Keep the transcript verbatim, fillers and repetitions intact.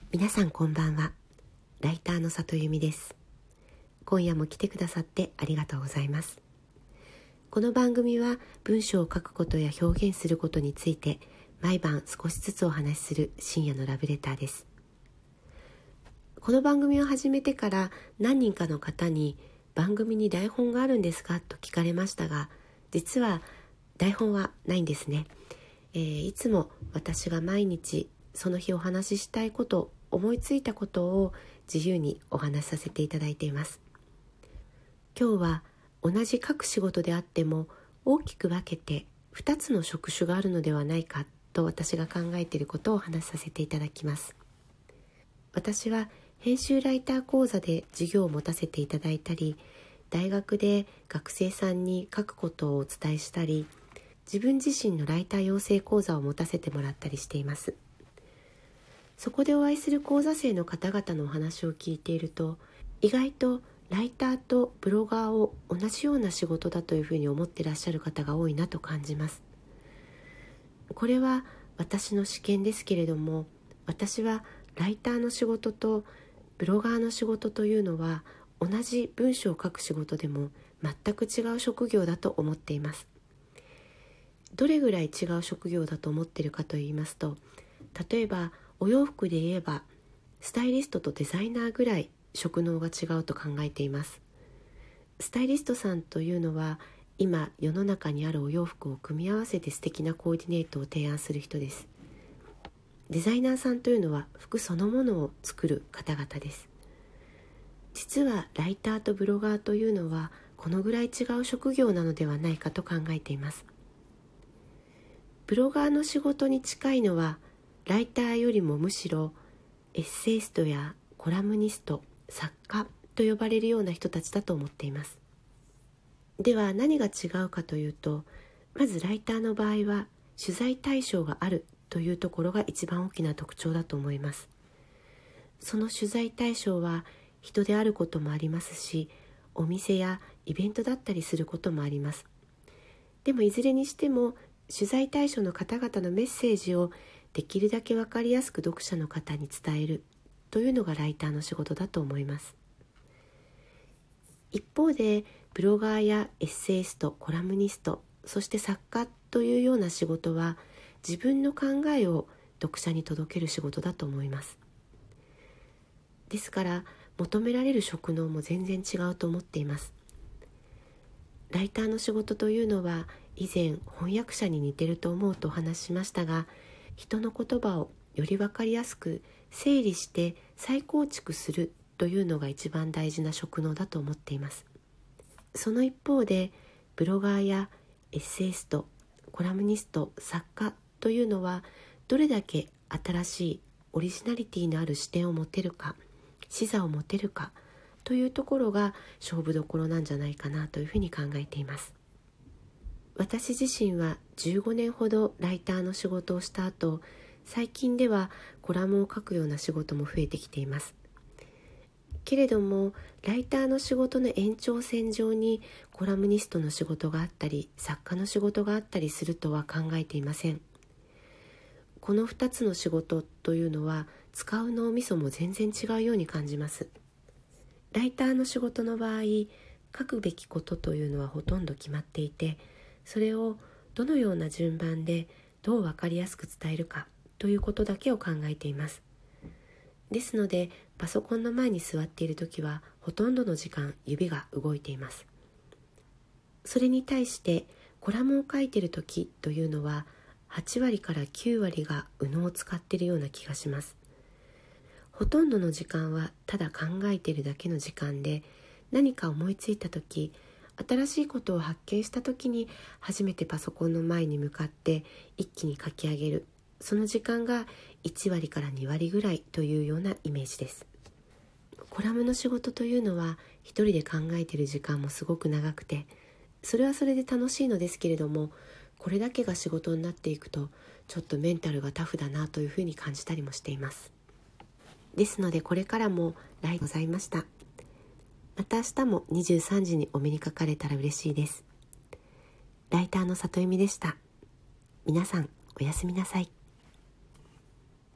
皆さんこんばんは。ライターの里由美です。今夜も来てくださってありがとうございます。この番組は文章を書くことや表現することについて毎晩少しずつお話しする深夜のラブレターです。この番組を始めてから何人かの方に番組に台本があるんですかと聞かれましたが、実は台本はないんですね。えー、いつも私が毎日その日お話ししたいこと、思いついたことを自由にお話しさせていただいています。今日は同じ書く仕事であっても大きく分けてふたつの職種があるのではないかと私が考えていることをお話しさせていただきます。私は編集ライター講座で授業を持たせていただいたり、大学で学生さんに書くことをお伝えしたり、自分自身のライター養成講座を持たせてもらったりしています。そこでお会いする講座生の方々のお話を聞いていると、意外とライターとブロガーを同じような仕事だというふうに思っていらっしゃる方が多いなと感じます。これは私の試験ですけれども、私はライターの仕事とブロガーの仕事というのは同じ文章を書く仕事でも全く違う職業だと思っています。どれぐらい違う職業だと思っているかといいますと、例えばお洋服で言えばスタイリストとデザイナーぐらい職能が違うと考えています。スタイリストさんというのは今世の中にあるお洋服を組み合わせて素敵なコーディネートを提案する人です。デザイナーさんというのは服そのものを作る方々です。実はライターとブロガーというのはこのぐらい違う職業なのではないかと考えています。ブロガーの仕事に近いのはライターよりもむしろエッセイストやコラムニスト、作家と呼ばれるような人たちだと思っています。では何が違うかというと、まずライターの場合は取材対象があるというところが一番大きな特徴だと思います。その取材対象は人であることもありますし、お店やイベントだったりすることもあります。でもいずれにしても取材対象の方々のメッセージをできるだけ分かりやすく読者の方に伝えるというのがライターの仕事だと思います。一方でブロガーやエッセイスト、コラムニスト、そして作家というような仕事は自分の考えを読者に届ける仕事だと思います。ですから求められる職能も全然違うと思っています。ライターの仕事というのは以前翻訳者に似てると思うとお話ししましたが、人の言葉をより分かりやすく整理して再構築するというのが一番大事な職能だと思っています。その一方でブロガーやエッセイスト、コラムニスト、作家というのはどれだけ新しいオリジナリティのある視点を持てるか、視座を持てるかというところが勝負どころなんじゃないかなというふうに考えています。私自身はじゅうごねんほどライターの仕事をした後、最近ではコラムを書くような仕事も増えてきています。けれどもライターの仕事の延長線上にコラムニストの仕事があったり作家の仕事があったりするとは考えていません。このふたつの仕事というのは使う脳みそも全然違うように感じます。ライターの仕事の場合、書くべきことというのはほとんど決まっていて、それをどのような順番でどう分かりやすく伝えるかということだけを考えています。ですのでパソコンの前に座っているときはほとんどの時間指が動いています。それに対してコラムを書いているときというのははちわりからきゅうわりが右脳を使っているような気がします。ほとんどの時間はただ考えているだけの時間で、何か思いついたとき、新しいことを発見したときに初めてパソコンの前に向かって一気に書き上げる、その時間がいちわりからにわりぐらいというようなイメージです。コラムの仕事というのは一人で考えている時間もすごく長くて、それはそれで楽しいのですけれども、これだけが仕事になっていくとちょっとメンタルがタフだなというふうに感じたりもしています。ですのでこれからもライトございました。また明日もにじゅうさんじにお目にかかれたら嬉しいです。ライターの里由美でした。皆さんおやすみなさい。